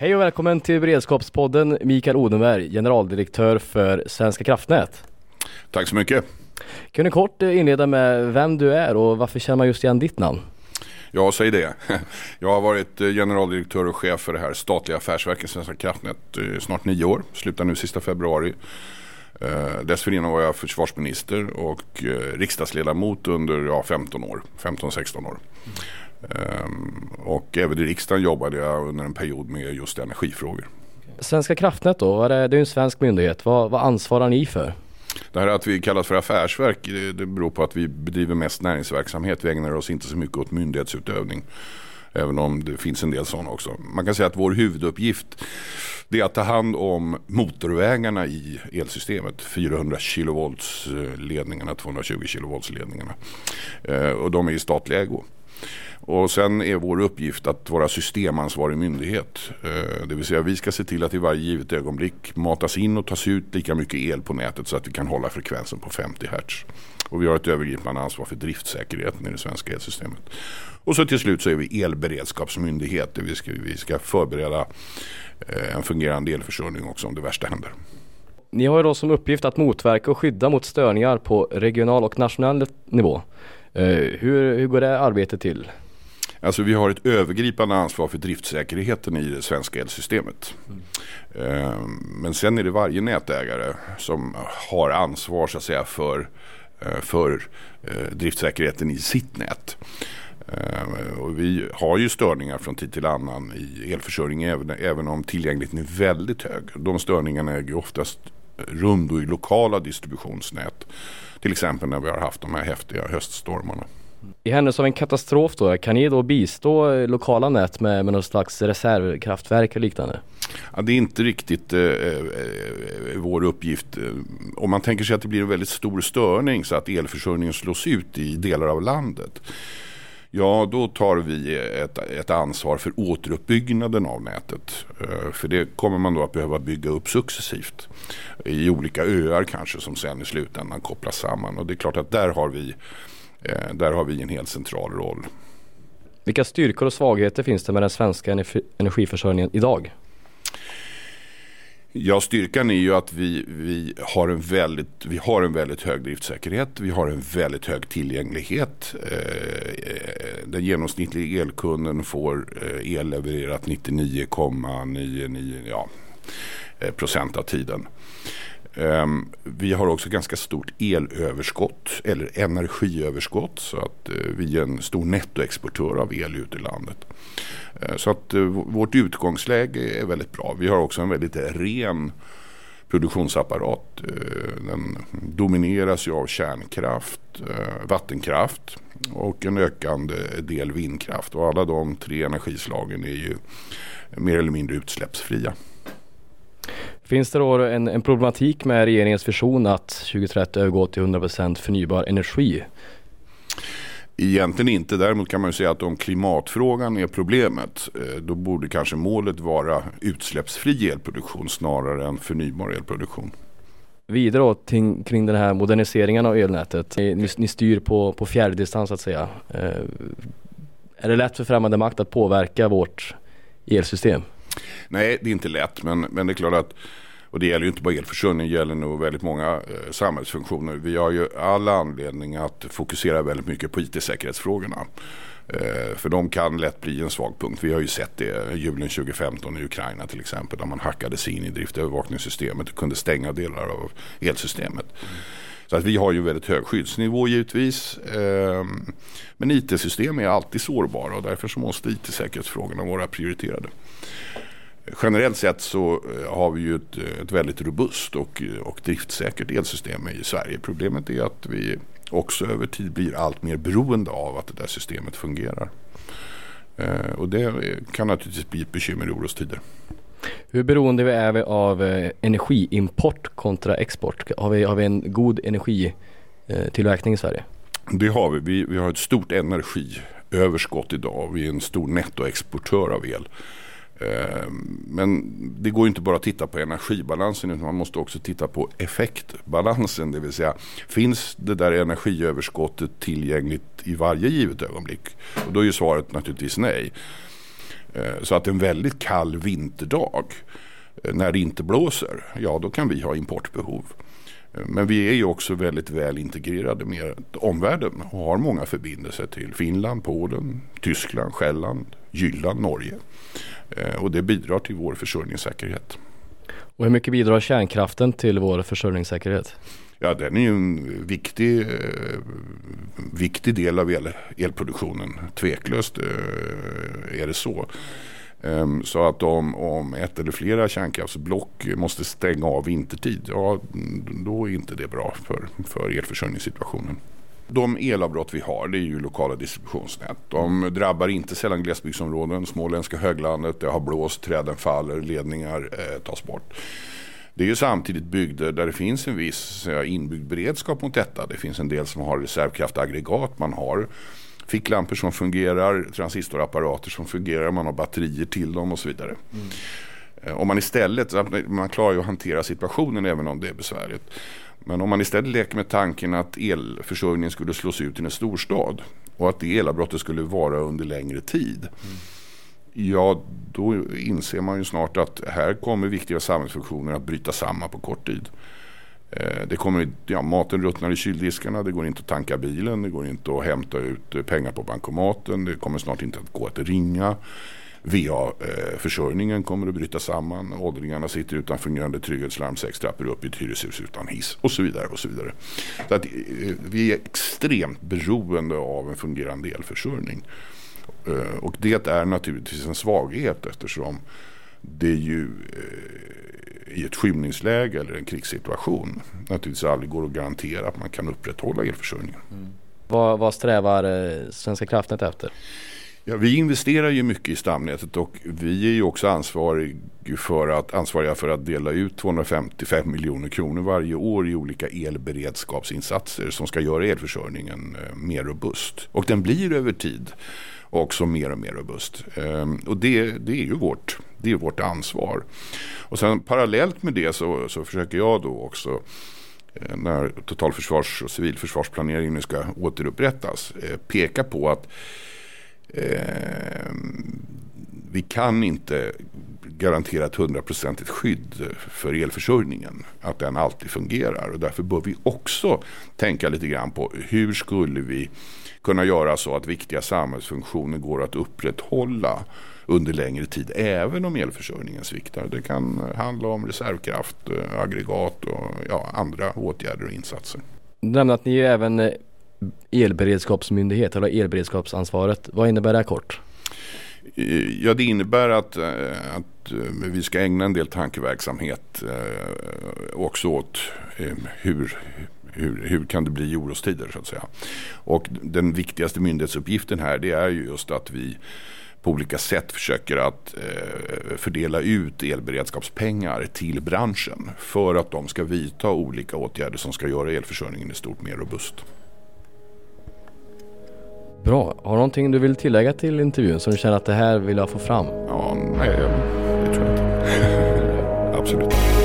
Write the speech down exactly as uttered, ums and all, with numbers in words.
Hej och välkommen till Beredskapspodden, Mikael Odenberg, generaldirektör för Svenska kraftnät. Tack så mycket. Kan du kort inleda med vem du är och varför känner man just igen ditt namn? Ja, säg det. Jag har varit generaldirektör och chef för det här statliga affärsverket Svenska kraftnät i snart nio år. Slutar nu sista februari. Dessförinnan var jag försvarsminister och riksdagsledamot under ja, femton år, femton sexton år. Mm. Och även i riksdagen jobbade jag under en period med just energifrågor. Svenska kraftnät då, det är ju en svensk myndighet. Vad, vad ansvarar ni för? Det här att vi kallas för affärsverk, det, det beror på att vi bedriver mest näringsverksamhet. Vi ägnar oss inte så mycket åt myndighetsutövning, även om det finns en del sådana också. Man kan säga att vår huvuduppgift det är att ta hand om motorvägarna i elsystemet, fyrahundra kilovolts ledningarna, tvåhundratjugo kilovolts ledningarna. Och de är i statlig ägo. Och sen är vår uppgift att vara systemansvarig myndighet. Det vill säga vi ska se till att i varje givet ögonblick matas in och tas ut lika mycket el på nätet så att vi kan hålla frekvensen på femtio hertz. Och vi har ett övergripande ansvar för driftsäkerheten i det svenska elsystemet. Och så till slut så är vi elberedskapsmyndighet. Vi ska, vi ska förbereda en fungerande elförsörjning också om det värsta händer. Ni har ju då som uppgift att motverka och skydda mot störningar på regional och nationell nivå. Hur, hur går det arbetet till? Alltså vi har ett övergripande ansvar för driftsäkerheten i det svenska elsystemet. Mm. Men sen är det varje nätägare som har ansvar så att säga för, för driftsäkerheten i sitt nät. Och vi har ju störningar från tid till annan i elförsörjning även, även om tillgängligheten är väldigt hög. De störningarna äger oftast rum då i lokala distributionsnät. Till exempel när vi har haft de här häftiga höststormarna. I händelse av en katastrof då, kan ni då bistå lokala nät med, med någon slags reservkraftverk och liknande? Ja, det är inte riktigt eh, eh, vår uppgift. Om man tänker sig att det blir en väldigt stor störning så att elförsörjningen slås ut i delar av landet. Ja, då tar vi ett, ett ansvar för återuppbyggnaden av nätet. För det kommer man då att behöva bygga upp successivt. I olika öar kanske som sen i slutändan kopplas samman. Och det är klart att där har vi, där har vi en helt central roll. Vilka styrkor och svagheter finns det med den svenska energi- energiförsörjningen idag? Ja, styrkan är ju att vi, vi, har en väldigt, vi har en väldigt hög driftsäkerhet. Vi har en väldigt hög tillgänglighet. Eh, den genomsnittliga elkunden får eh, el levererat nittionio komma nionio ja, procent av tiden. Eh, vi har också ganska stort elöverskott eller energiöverskott så att eh, vi är en stor nettoexportör av el ut i landet. Så att uh, vårt utgångsläge är väldigt bra. Vi har också en väldigt ren produktionsapparat. Uh, den domineras ju av kärnkraft, uh, vattenkraft och en ökande del vindkraft. Och alla de tre energislagen är ju mer eller mindre utsläppsfria. Finns det då en, en problematik med regeringens vision att tjugohundratrettio övergå till hundra procent förnybar energi? Egentligen inte. Däremot kan man ju säga att om klimatfrågan är problemet då borde kanske målet vara utsläppsfri elproduktion snarare än förnybar elproduktion. Vidare då kring, kring den här moderniseringen av elnätet. Ni, ni styr på, på fjärrdistans så att säga. Eh, är det lätt för främmande makt att påverka vårt elsystem? Nej, det är inte lätt men, men det är klart att och det gäller ju inte bara elförsörjning, det gäller nog väldigt många eh, samhällsfunktioner. Vi har ju alla anledning att fokusera väldigt mycket på I T-säkerhetsfrågorna. Eh, för de kan lätt bli en svag punkt. Vi har ju sett det julen tjugo femton i Ukraina till exempel. Där man hackade sig in i driftövervakningssystemet och kunde stänga delar av elsystemet. Mm. Så att vi har ju väldigt hög skyddsnivå givetvis. Eh, men I T-system är alltid sårbara och därför så måste I T-säkerhetsfrågorna vara prioriterade. Generellt sett så har vi ju ett, ett väldigt robust och, och driftsäkert elsystem i Sverige. Problemet är att vi också över tid blir allt mer beroende av att det där systemet fungerar. Eh, och det kan naturligtvis bli ett bekymmer i orostider. Hur beroende är vi av eh, energiimport kontra export? Har vi, har vi en god energitillverkning i Sverige? Det har vi. vi. Vi har ett stort energiöverskott idag. Vi är en stor nettoexportör av el. Men det går ju inte bara att titta på energibalansen utan man måste också titta på effektbalansen, det vill säga finns det där energiöverskottet tillgängligt i varje givet ögonblick? Och då är ju svaret naturligtvis nej. Så att en väldigt kall vinterdag när det inte blåser, ja då kan vi ha importbehov. Men vi är ju också väldigt väl integrerade med omvärlden och har många förbindelser till Finland, Polen, Tyskland, Själland, Jylland, Norge. Och det bidrar till vår försörjningssäkerhet. Och hur mycket bidrar kärnkraften till vår försörjningssäkerhet? Ja, den är ju en viktig, eh, viktig del av el, elproduktionen. Tveklöst eh, är det så. Um, så att om, om ett eller flera kärnkraftsblock måste stänga av vintertid, ja, då är inte det bra för, för elförsörjningssituationen. De elavbrott vi har, det är ju lokala distributionsnät. De drabbar inte sällan glesbygdsområden, småländska höglandet, det har blåst, träden faller, ledningar eh, tas bort. Det är ju samtidigt bygder där det finns en viss inbyggd beredskap mot detta. Det finns en del som har reservkraftaggregat, man har ficklampor som fungerar, transistorapparater som fungerar, man har batterier till dem och så vidare. Mm. Om man istället, man klarar ju att hantera situationen även om det är besvärligt. Men om man istället leker med tanken att elförsörjningen skulle slås ut i en storstad och att det elavbrottet skulle vara under längre tid. Mm. Ja, då inser man ju snart att här kommer viktiga samhällsfunktioner att bryta samman på kort tid. Det kommer, ja, maten ruttnar i kyldiskarna, det går inte att tanka bilen, det går inte att hämta ut pengar på bankomaten, det kommer snart inte att gå att ringa. V A-försörjningen kommer att bryta samman, åldringarna sitter utan fungerande trygghetslarm sex trappor upp i ett hyreshus utan hiss och så vidare och så vidare. Så att vi är extremt beroende av en fungerande elförsörjning. Och det är naturligtvis en svaghet eftersom det ju i ett skymningsläge eller en krigssituation naturligtvis aldrig går att garantera att man kan upprätthålla elförsörjningen. Mm. Vad, vad strävar Svenska kraftnät efter? Ja, vi investerar ju mycket i stamnätet och vi är ju också ansvariga för att, ansvariga för att dela ut tvåhundrafemtiofem miljoner kronor varje år i olika elberedskapsinsatser som ska göra elförsörjningen mer robust. Och den blir över tid också mer och mer robust. Och det, det är ju vårt, det är vårt ansvar. Och sen parallellt med det så, så försöker jag då också när totalförsvars- och civilförsvarsplaneringen nu ska återupprättas peka på att eh, vi kan inte garantera ett hundraprocentigt skydd för elförsörjningen, att den alltid fungerar, och därför bör vi också tänka lite grann på hur skulle vi kunna göra så att viktiga samhällsfunktioner går att upprätthålla under längre tid, även om elförsörjningen sviktar. Det kan handla om reservkraft, aggregat och ja, andra åtgärder och insatser. Du nämnde att ni är även elberedskapsmyndighet eller elberedskapsansvaret. Vad innebär det kort? Ja, det innebär att, att vi ska ägna en del tankeverksamhet också åt hur Hur, hur kan det bli i orostider så att säga. Och den viktigaste myndighetsuppgiften här, det är ju just att vi på olika sätt försöker att eh, fördela ut elberedskapspengar till branschen för att de ska vidta olika åtgärder som ska göra elförsörjningen i stort mer robust. Bra. Har du någonting du vill tillägga till intervjun som du känner att det här vill jag få fram? Ja, nej, det tror jag inte. Absolut.